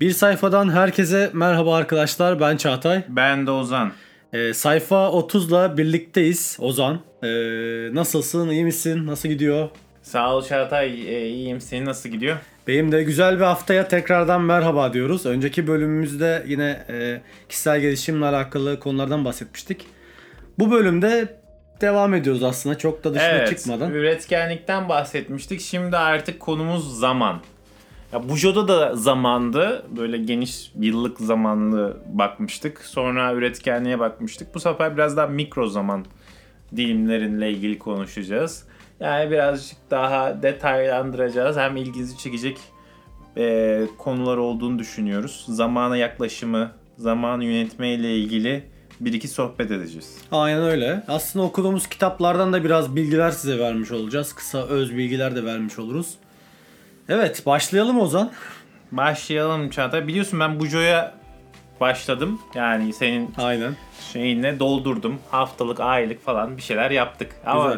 Bir sayfadan herkese merhaba arkadaşlar. Ben Çağatay. Ben de Ozan. Sayfa 30'la birlikteyiz. Ozan, nasılsın? İyi misin? Nasıl gidiyor? Sağ ol Çağatay. İyiyim. Senin nasıl gidiyor? Benim de güzel bir haftaya tekrardan merhaba diyoruz. Önceki bölümümüzde yine kişisel gelişimle alakalı konulardan bahsetmiştik. Bu bölümde devam ediyoruz aslında. Çok da dışına çıkmadan. Üretkenlikten bahsetmiştik. Şimdi artık konumuz zaman. Ya Bujo'da da zamandı. Böyle geniş yıllık zamanlı bakmıştık. Sonra üretkenliğe bakmıştık. Bu sefer biraz daha mikro zaman dilimlerinle ilgili konuşacağız. Yani birazcık daha detaylandıracağız. Hem ilginizi çekecek konular olduğunu düşünüyoruz. Zamana yaklaşımı, zamanı yönetme ile ilgili bir iki sohbet edeceğiz. Aynen öyle. Aslında okuduğumuz kitaplardan da biraz bilgiler size vermiş olacağız. Kısa öz bilgiler de vermiş oluruz. Evet, başlayalım Ozan. Başlayalım Çağatay. Biliyorsun ben Bujo'ya başladım. Yani senin Aynen. şeyinle doldurdum. Haftalık, aylık falan bir şeyler yaptık. Ama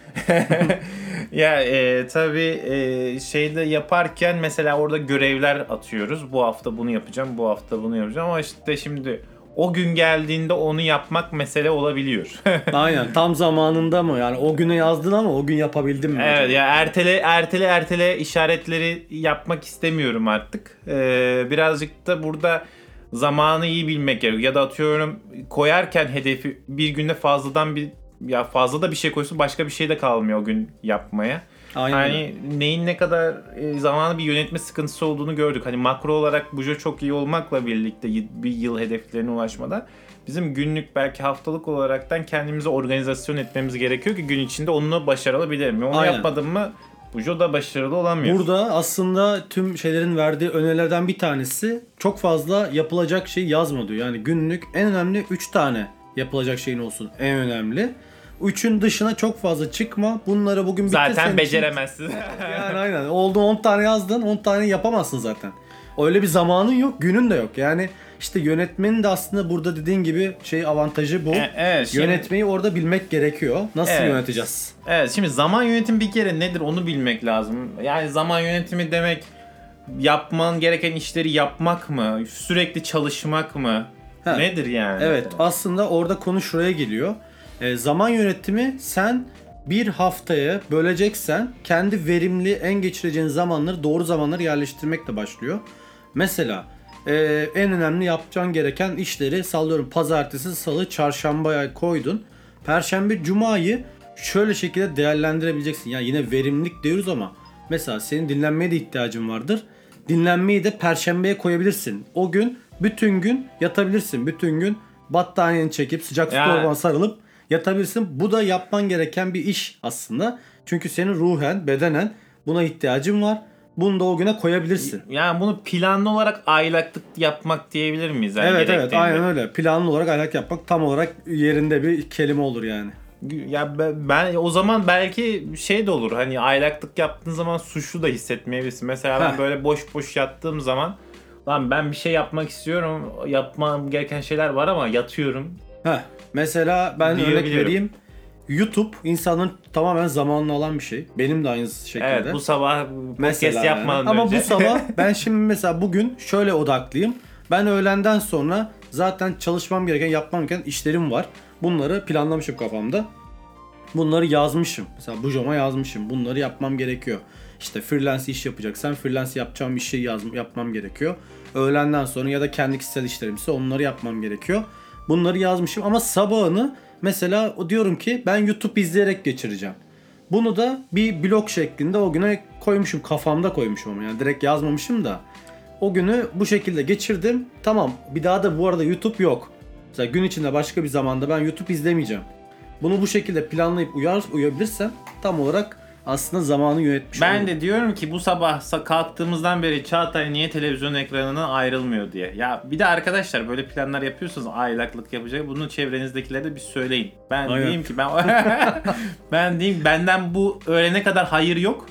ya tabii şeyde yaparken mesela orada görevler atıyoruz. Bu hafta bunu yapacağım, bu hafta bunu yapacağım. Ama işte şimdi o gün geldiğinde onu yapmak mesele olabiliyor. Aynen, tam zamanında mı? Yani o güne yazdın ama o gün yapabildin mi? Evet ya, ertele işaretleri yapmak istemiyorum artık. Birazcık da burada zamanı iyi bilmek gerekiyor. Ya da atıyorum koyarken hedefi bir günde fazla da bir şey koysun, başka bir şey de kalmıyor o gün yapmaya. Aynen. Hani neyin ne kadar zamanı bir yönetme sıkıntısı olduğunu gördük. Hani makro olarak Bujo çok iyi olmakla birlikte bir yıl hedeflerine ulaşmada bizim günlük belki haftalık olaraktan kendimizi organizasyon etmemiz gerekiyor ki gün içinde onu başarılı bilelim. Onu yapmadın mı Bujo da başarılı olamıyor. Burada aslında tüm şeylerin verdiği önerilerden bir tanesi çok fazla yapılacak şey yazma diyor. Yani günlük en önemli 3 tane yapılacak şeyin olsun en önemli. 3'ün dışına çok fazla çıkma. Bunları bugün bitirsen zaten beceremezsin. Yani aynen. Oldu 10 tane yazdın, 10 tane yapamazsın zaten. Öyle bir zamanın yok, günün de yok. Yani işte yönetmenin de aslında burada dediğin gibi avantajı bu. Evet, şimdi yönetmeyi orada bilmek gerekiyor. Nasıl yöneteceğiz? Evet, şimdi zaman yönetimi bir kere nedir onu bilmek lazım. Yani zaman yönetimi demek yapman gereken işleri yapmak mı? Sürekli çalışmak mı? Nedir yani? Evet, aslında orada konu şuraya geliyor. Zaman yönetimi, sen bir haftaya böleceksen kendi verimli en geçireceğin zamanları, doğru zamanları yerleştirmekle başlıyor. Mesela en önemli yapacağın gereken işleri sallıyorum pazartesi, salı, çarşambaya koydun. Perşembe, cumayı şöyle şekilde değerlendirebileceksin. Yani yine verimlilik diyoruz ama mesela senin dinlenmeye de ihtiyacın vardır. Dinlenmeyi de perşembeye koyabilirsin. O gün bütün gün yatabilirsin. Bütün gün battaniyeni çekip sıcak su torbana sarılıp yatabilirsin. Bu da yapman gereken bir iş aslında. Çünkü senin ruhen, bedenen buna ihtiyacın var. Bunu da o güne koyabilirsin. Yani bunu planlı olarak aylaklık yapmak diyebilir miyiz? Yani evet aynen öyle. Planlı olarak aylak yapmak tam olarak yerinde bir kelime olur yani. Ya ben o zaman belki şey de olur, hani aylaklık yaptığın zaman suçlu da hissetmeyebilirsin. Mesela ben böyle boş boş yattığım zaman lan ben bir şey yapmak istiyorum, yapmam gereken şeyler var ama yatıyorum. Mesela ben örnek vereyim. YouTube insanların tamamen zamanını alan bir şey. Benim de aynı şekilde. Evet, bu sabah podcast yapmadan önce. Ama bu sabah ben şimdi mesela bugün şöyle odaklıyım. Ben öğlenden sonra zaten çalışmam gereken, yapmam gereken işlerim var. Bunları planlamışım kafamda. Bunları yazmışım. Mesela Bujo'ma yazmışım. Bunları yapmam gerekiyor. İşte freelance iş yapacaksan freelance yapacağım işi yapmam gerekiyor. Öğlenden sonra ya da kendi kişisel işlerimse onları yapmam gerekiyor. Bunları yazmışım ama sabahını mesela diyorum ki ben YouTube izleyerek geçireceğim. Bunu da bir blog şeklinde o güne koymuşum. Kafamda koymuşum ama yani direkt yazmamışım da. O günü bu şekilde geçirdim. Tamam, bir daha da bu arada YouTube yok. Mesela gün içinde başka bir zamanda ben YouTube izlemeyeceğim. Bunu bu şekilde planlayıp uyabilirsem tam olarak aslında zamanı yönetmiş Ben olurum. de diyorum ki bu sabah kalktığımızdan beri Çağatay niye televizyon ekranından ayrılmıyor diye. Ya bir de arkadaşlar böyle planlar yapıyorsanız, aylaklık yapacak, bunu çevrenizdekilere de bir söyleyin. Ben diyeyim ki ben diyeyim benden bu öğlene kadar hayır yok.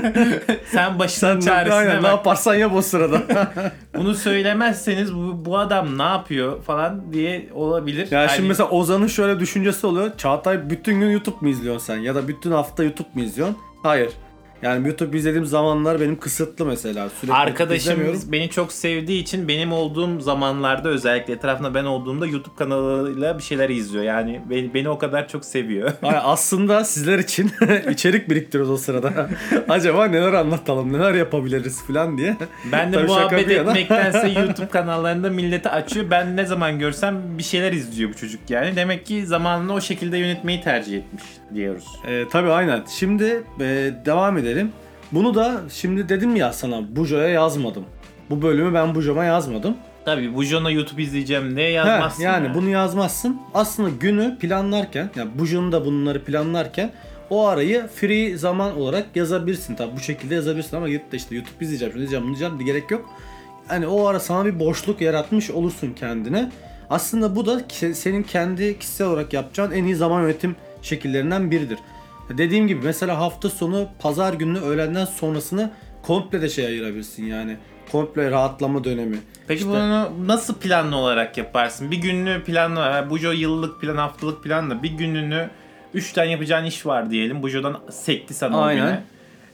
Sen başının çaresine bak. Ne yaparsan yap o sırada. Bunu söylemezseniz bu adam ne yapıyor falan diye olabilir. Ya şimdi mesela Ozan'ın şöyle düşüncesi oluyor. Çağatay bütün gün YouTube mu izliyorsun sen? Ya da bütün hafta YouTube mu izliyorsun? Hayır. Yani YouTube izlediğim zamanlar benim kısıtlı mesela. Sürekli izlemiyorum. Arkadaşım beni çok sevdiği için benim olduğum zamanlarda, özellikle etrafında ben olduğumda, YouTube kanalıyla bir şeyler izliyor. Yani beni o kadar çok seviyor. Aslında sizler için içerik biriktiriyoruz o sırada. Acaba neler anlatalım, neler yapabiliriz falan diye. Ben de Tabii şaka muhabbet bir yana. etmektense YouTube kanallarında milleti açıyor. Ben ne zaman görsem bir şeyler izliyor bu çocuk yani. Demek ki zamanını o şekilde yönetmeyi tercih etmiş diyoruz. Tabii aynen. Şimdi devam edelim. Bunu da şimdi dedim ya sana, Bujo'ya yazmadım. Bu bölümü ben Bujo'ma yazmadım. Tabii bu Jon'a YouTube izleyeceğim ne yazmazsın Yani ya. bunu yazmazsın. Aslında günü planlarken, yani Bujo'nun da bunları planlarken o arayı free zaman olarak yazabilirsin. Tabii bu şekilde yazabilirsin ama gidip de işte YouTube izleyeceğim, şunu izleyeceğim, bunu izleyeceğim, bir gerek yok. Hani o ara sana bir boşluk yaratmış olursun kendine. Aslında bu da senin kendi kişisel olarak yapacağın en iyi zaman yönetim şekillerinden biridir. Dediğim gibi mesela hafta sonu pazar günü öğlenden sonrasını komple de ayırabilirsin yani. Komple rahatlama dönemi. Peki İşte- bunu nasıl planlı olarak yaparsın? Bir günlü planlı var. Bujo yıllık plan, haftalık plan da bir gününü 3 tane yapacağın iş var diyelim. Bujo'dan sekti sana o Aynen. güne.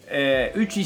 3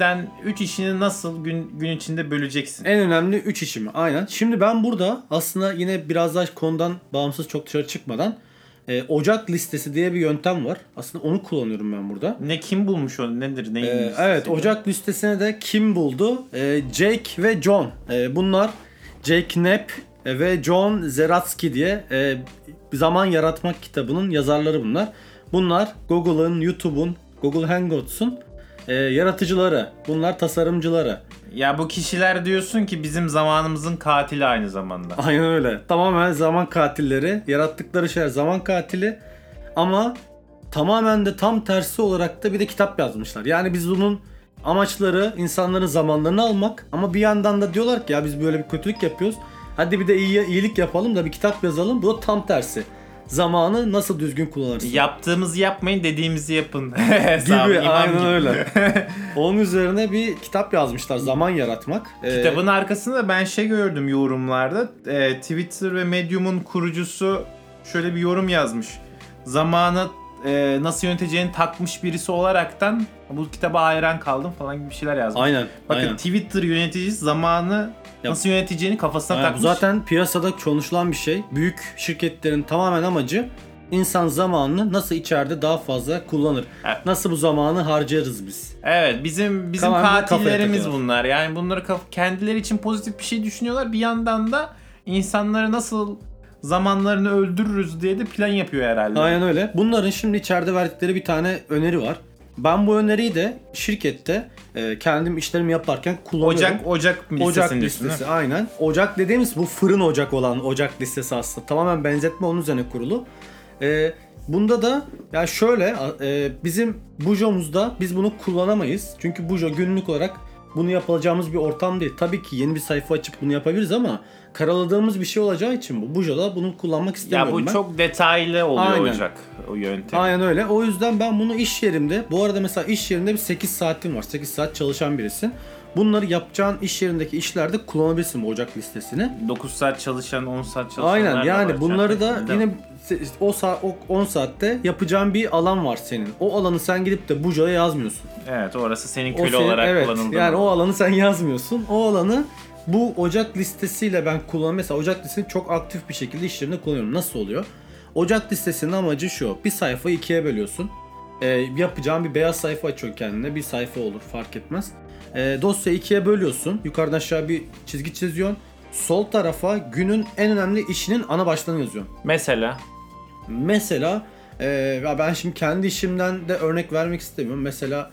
işini nasıl gün içinde böleceksin? En önemli 3 işimi. Aynen. Şimdi ben burada aslında yine biraz daha konudan bağımsız, çok dışarı çıkmadan Ocak listesi diye bir yöntem var. Aslında onu kullanıyorum ben burada. Ne, kim bulmuş onu? Nedir? Neyin listesi? Evet, Ocak listesine de kim buldu? Jake ve John. Bunlar Jake Knapp ve John Zeratsky diye Zaman Yaratmak kitabının yazarları bunlar. Bunlar Google'ın, YouTube'un, Google Hangouts'un yaratıcıları. Bunlar tasarımcıları. Ya bu kişiler diyorsun ki bizim zamanımızın katili aynı zamanda. Aynen öyle. Tamamen zaman katilleri. Yarattıkları şeyler zaman katili. Ama tamamen de tam tersi olarak da bir de kitap yazmışlar. Yani biz bunun amaçları insanların zamanlarını almak. Ama bir yandan da diyorlar ki ya biz böyle bir kötülük yapıyoruz. Hadi bir de iyilik yapalım da bir kitap yazalım. Bu da tam tersi. Zamanı nasıl düzgün kullanırsın? Yaptığımızı yapmayın, dediğimizi yapın. Gibi, aynen öyle. Onun üzerine bir kitap yazmışlar. Zaman Yaratmak. Kitabın arkasında ben gördüm yorumlarda. Twitter ve Medium'un kurucusu şöyle bir yorum yazmış. Zamanı nasıl yöneteceğini takmış birisi olaraktan bu kitaba hayran kaldım falan gibi bir şeyler yazmış. Aynen. Bakın aynen. Twitter yöneticisi zamanı nasıl yöneteceğini kafasına Aynen, bu takmış. zaten piyasada konuşulan bir şey. Büyük şirketlerin tamamen amacı insan zamanını nasıl içeride daha fazla kullanır. Evet. Nasıl bu zamanı harcarız biz. Evet, bizim Tamamen kafaya katillerimiz takıyorlar. bunlar. Yani bunları kendileri için pozitif bir şey düşünüyorlar. Bir yandan da insanları nasıl zamanlarını öldürürüz diye de plan yapıyor herhalde. Aynen öyle. Bunların şimdi içeride verdikleri bir tane öneri var. Ben bu öneriyi de şirkette kendim işlerimi yaparken kullanıyorum. Ocak listesini Ocak diyorsun, listesi değil mi? aynen. Ocak dediğimiz bu fırın ocak olan ocak listesi aslında. Tamamen benzetme onun üzerine kurulu. Bunda da ya şöyle bizim Bujo'muzda biz bunu kullanamayız. Çünkü Bujo günlük olarak bunu yapacağımız bir ortam değil. Tabii ki yeni bir sayfa açıp bunu yapabiliriz ama karaladığımız bir şey olacağı için bu Bujo'da bunu kullanmak Ya istemiyorum bu ben. çok detaylı oluyor Aynen. Ocak o yöntem. Aynen öyle. O yüzden ben bunu iş yerimde, bu arada mesela iş yerinde bir 8 saatim var. 8 saat çalışan birisin. Bunları yapacağın iş yerindeki işlerde kullanabilirsin bu Ocak listesini. 9 saat çalışan, 10 saat çalışanlar Aynen, da var. yani bunları da Zaten. yine o 10 saatte yapacağın bir alan var senin. O alanı sen gidip de Bujo'ya yazmıyorsun. Evet, orası senin O köle senin- olarak evet, kullanıldı. yani o alanı sen yazmıyorsun. O alanı bu Ocak listesiyle ben kullanıyorum. Mesela Ocak listesini çok aktif bir şekilde iş yerimde kullanıyorum. Nasıl oluyor? Ocak listesinin amacı şu. Bir sayfayı ikiye bölüyorsun. Yapacağın bir beyaz sayfa açıyorsun kendine. Bir sayfa olur, fark etmez. Dosyayı ikiye bölüyorsun. Yukarıdan aşağı bir çizgi çiziyorsun. Sol tarafa günün en önemli işinin ana başlığını yazıyorsun. Mesela ya ben şimdi kendi işimden de örnek vermek istemiyorum. Mesela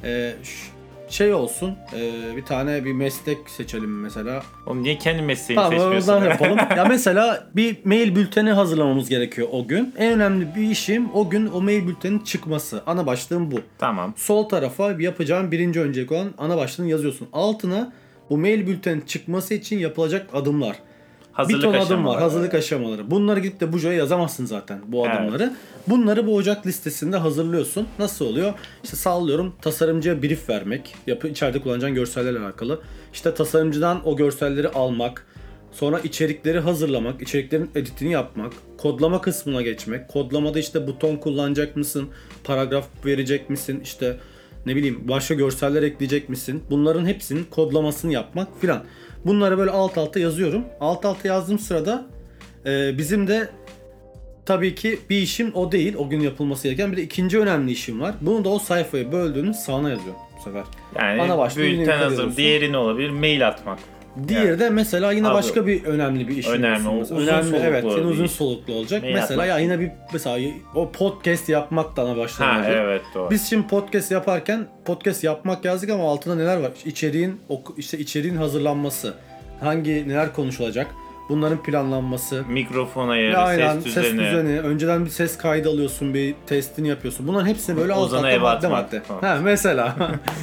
şey olsun, bir tane bir meslek seçelim mesela. Oğlum niye kendi mesleğini Tamam, seçmiyorsun? oradan yapalım. Ya mesela bir mail bülteni hazırlamamız gerekiyor o gün. En önemli bir işim o gün o mail bültenin çıkması. Ana başlığım bu. Tamam. Sol tarafa yapacağın birinci öncelik olan ana başlığını yazıyorsun. Altına bu mail bültenin çıkması için yapılacak adımlar. Hazırlık bir ton adım aşamaları. var. Hazırlık aşamaları. Bunları gidip de Bujo'ya yazamazsın zaten bu Evet. adımları. Bunları bu Ocak listesinde hazırlıyorsun. Nasıl oluyor? İşte sallıyorum, tasarımcıya brief vermek. İçeride kullanacağın görsellerle alakalı. İşte tasarımcıdan o görselleri almak. Sonra içerikleri hazırlamak. İçeriklerin editini yapmak. Kodlama kısmına geçmek. Kodlamada işte buton kullanacak mısın? Paragraf verecek misin? İşte ne bileyim başka görseller ekleyecek misin? Bunların hepsinin kodlamasını yapmak filan. Bunları böyle alt alta yazıyorum. Alt alta yazdığım sırada bizim de tabii ki bir işim o değil. O gün yapılması gereken bir de ikinci önemli işim var. Bunu da o sayfayı böldüğünün sağına yazıyorum bu sefer. Yani Ana başlığı yine bülten hazır. yukarı Diğeri ne olabilir? Mail atmak. Diğeri de mesela yine Abi, başka bir önemli bir işim önemli, olsun. uzun Önemli, soluklu evet, bir yine uzun iş. soluklu olacak. Mail Mesela atmak. ya yine bir mesela o podcast yapmak da ana başlığı. Ha evet doğru. Biz şimdi podcast yaparken podcast yapmak yazdık ama altında neler var? İşte içeriğin hazırlanması, neler konuşulacak, bunların planlanması. Mikrofon Ve ayarı, aynen, ses düzeni. önceden bir ses kaydı alıyorsun, bir testini yapıyorsun. Bunların hepsini böyle alt Ozan'a alta ev madde atmak madde. falan. Ha mesela.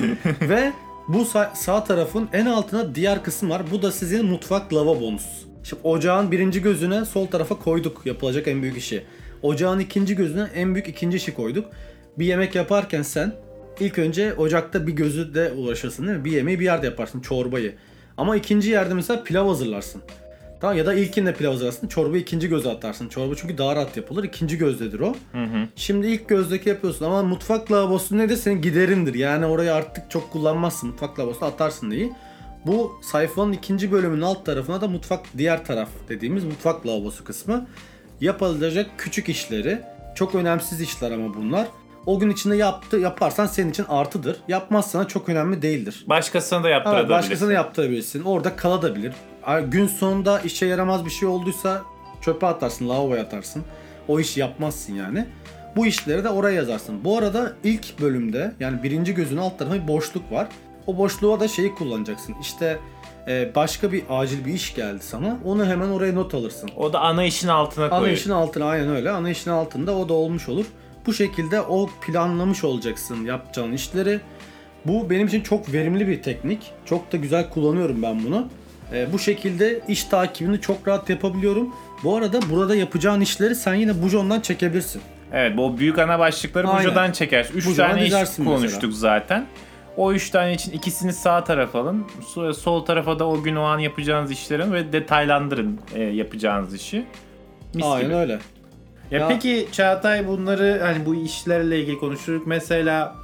Ve bu sağ tarafın en altına diğer kısım var. Bu da sizin mutfak lavabonuz. Şimdi ocağın birinci gözüne sol tarafa koyduk yapılacak en büyük işi. Ocağın ikinci gözüne en büyük ikinci işi koyduk. Bir yemek yaparken sen ilk önce ocakta bir gözü de uğraşırsın değil mi? Bir yemeği bir yerde yaparsın, çorbayı. Ama ikinci yerde mesela pilav hazırlarsın. Tamam, ya da ilkinde pilav hazırlarsın, çorbayı ikinci göze atarsın. Çorba çünkü daha rahat yapılır. İkinci gözdedir o. Şimdi ilk gözdeki yapıyorsun ama mutfak lavabosu nedir? Senin giderindir. Yani orayı artık çok kullanmazsın. Mutfak lavabosunu atarsın diye. Bu sayfanın ikinci bölümünün alt tarafına da diğer taraf dediğimiz mutfak lavabosu kısmı. Yapılacak küçük işleri. Çok önemsiz işler ama bunlar. O gün içinde yaparsan senin için artıdır. Yapmazsan çok önemli değildir. Başkasına da Evet, yaptırabilirsin. başkasına yaptırabilirsin. Orada kalabilir. Gün sonunda işe yaramaz bir şey olduysa çöpe atarsın, lavaboya atarsın. O işi yapmazsın yani. Bu işleri de oraya yazarsın. Bu arada ilk bölümde yani birinci gözün alt tarafında bir boşluk var. O boşluğa da şeyi kullanacaksın. İşte başka bir acil bir iş geldi sana. Onu hemen oraya not alırsın. O da ana işin altına koyuyor. Ana işin altına, aynen öyle. Ana işin altında o da olmuş olur. Bu şekilde o planlamış olacaksın yapacağın işleri. Bu benim için çok verimli bir teknik. Çok da güzel kullanıyorum ben bunu. Bu şekilde iş takibini çok rahat yapabiliyorum. Bu arada burada yapacağın işleri sen yine Bujon'dan çekebilirsin. Evet, bu büyük ana başlıkları Aynen. Bujo'dan çekersin. 3 Bujo'dan tane iş dizersin konuştuk mesela. zaten. O 3 tane için ikisini sağ tarafa alın. Sol tarafa da o gün o an yapacağınız işlerin ve detaylandırın yapacağınız işi. Mis Aynen gibi. öyle. Ya peki Çağatay, bunları hani bu işlerle ilgili konuşuruz. Mesela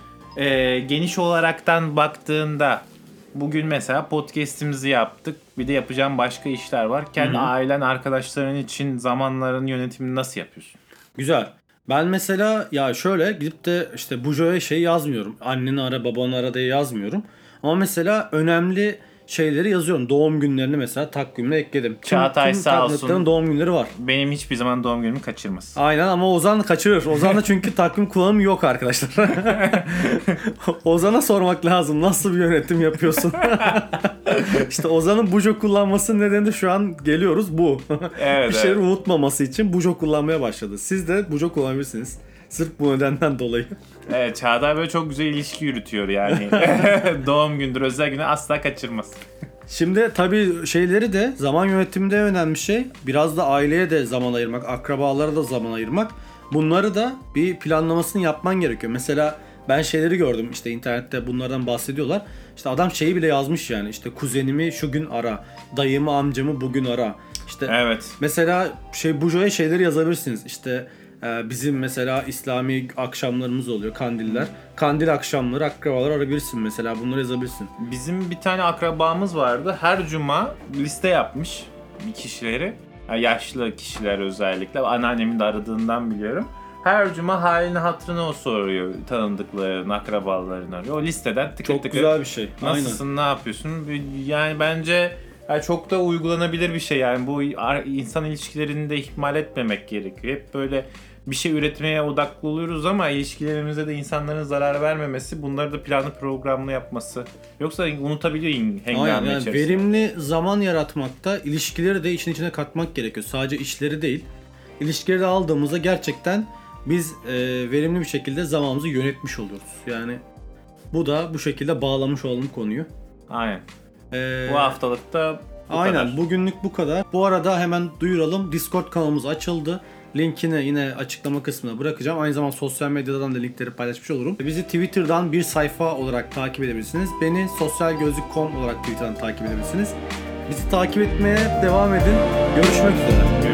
geniş olaraktan baktığında bugün mesela podcast'imizi yaptık. Bir de yapacağım başka işler var. Kendi ailen, arkadaşların için zamanların yönetimini nasıl yapıyorsun? Güzel. Ben mesela ya şöyle gidip de işte Bujo'ya şey yazmıyorum. Anneni ara, babanı ara diye yazmıyorum. Ama mesela önemli şeyleri yazıyorum. Doğum günlerini mesela takvimine ekledim. Çağatay sağ olsun. tabletlerin doğum günleri var. Benim hiçbir zaman doğum günümü kaçırmaz. Aynen, ama Ozan kaçırır. Ozan'da çünkü takvim kullanımı yok arkadaşlar. Ozan'a sormak lazım. Nasıl bir yönetim yapıyorsun? İşte Ozan'ın Bujo kullanması nedeni de şu an geliyoruz bu. Evet, bir şeyleri unutmaması için Bujo kullanmaya başladı. Siz de Bujo kullanabilirsiniz. Sırf bu nedenden dolayı. Evet, Çağatay böyle çok güzel ilişki yürütüyor yani. Doğum gündür, özel günü asla kaçırmaz. Şimdi tabii şeyleri de zaman yönetiminde önemli şey. Biraz da aileye de zaman ayırmak, akrabalara da zaman ayırmak. Bunları da bir planlamasını yapman gerekiyor. Mesela ben şeyleri gördüm, işte internette bunlardan bahsediyorlar. İşte adam şeyi bile yazmış yani, işte kuzenimi şu gün ara, dayımı amcamı bugün ara. İşte Evet. mesela Bujo'ya şeyleri yazabilirsiniz. İşte bizim mesela İslami akşamlarımız oluyor, kandiller. Kandil akşamları akrabalar arayabilirsin mesela, bunları yazabilirsin. Bizim bir tane akrabamız vardı. Her cuma liste yapmış bir kişileri. Yani yaşlı kişiler özellikle. Anneannemin de aradığından biliyorum. Her cuma halini hatırını o soruyor. Tanıdıklarını, akrabalarını arıyor. O listeden tıkır Çok tıkır. güzel bir şey. Nasılsın, ne yapıyorsun? Yani bence çok da uygulanabilir bir şey. Yani bu insan ilişkilerini de ihmal etmemek gerekiyor. Hep böyle bir şey üretmeye odaklı oluyoruz ama ilişkilerimize de insanların zarar vermemesi, bunları da planlı programlı yapması. Yoksa unutabiliyor hengame Aynen, yani içerisinde. verimli zaman yaratmakta ilişkileri de işin içine katmak gerekiyor. Sadece işleri değil. İlişkileri de aldığımızda gerçekten biz verimli bir şekilde zamanımızı yönetmiş oluyoruz. Yani bu da bu şekilde bağlamış olalım konuyu. Aynen. Bu haftalıkta bu aynen kadar. Bugünlük bu kadar. Bu arada hemen duyuralım. Discord kanalımız açıldı. Linkini yine açıklama kısmına bırakacağım. Aynı zamanda sosyal medyadan da linkleri paylaşmış olurum. Bizi Twitter'dan bir sayfa olarak takip edebilirsiniz. Beni sosyalgözlük.com olarak Twitter'dan takip edebilirsiniz. Bizi takip etmeye devam edin. Görüşmek üzere.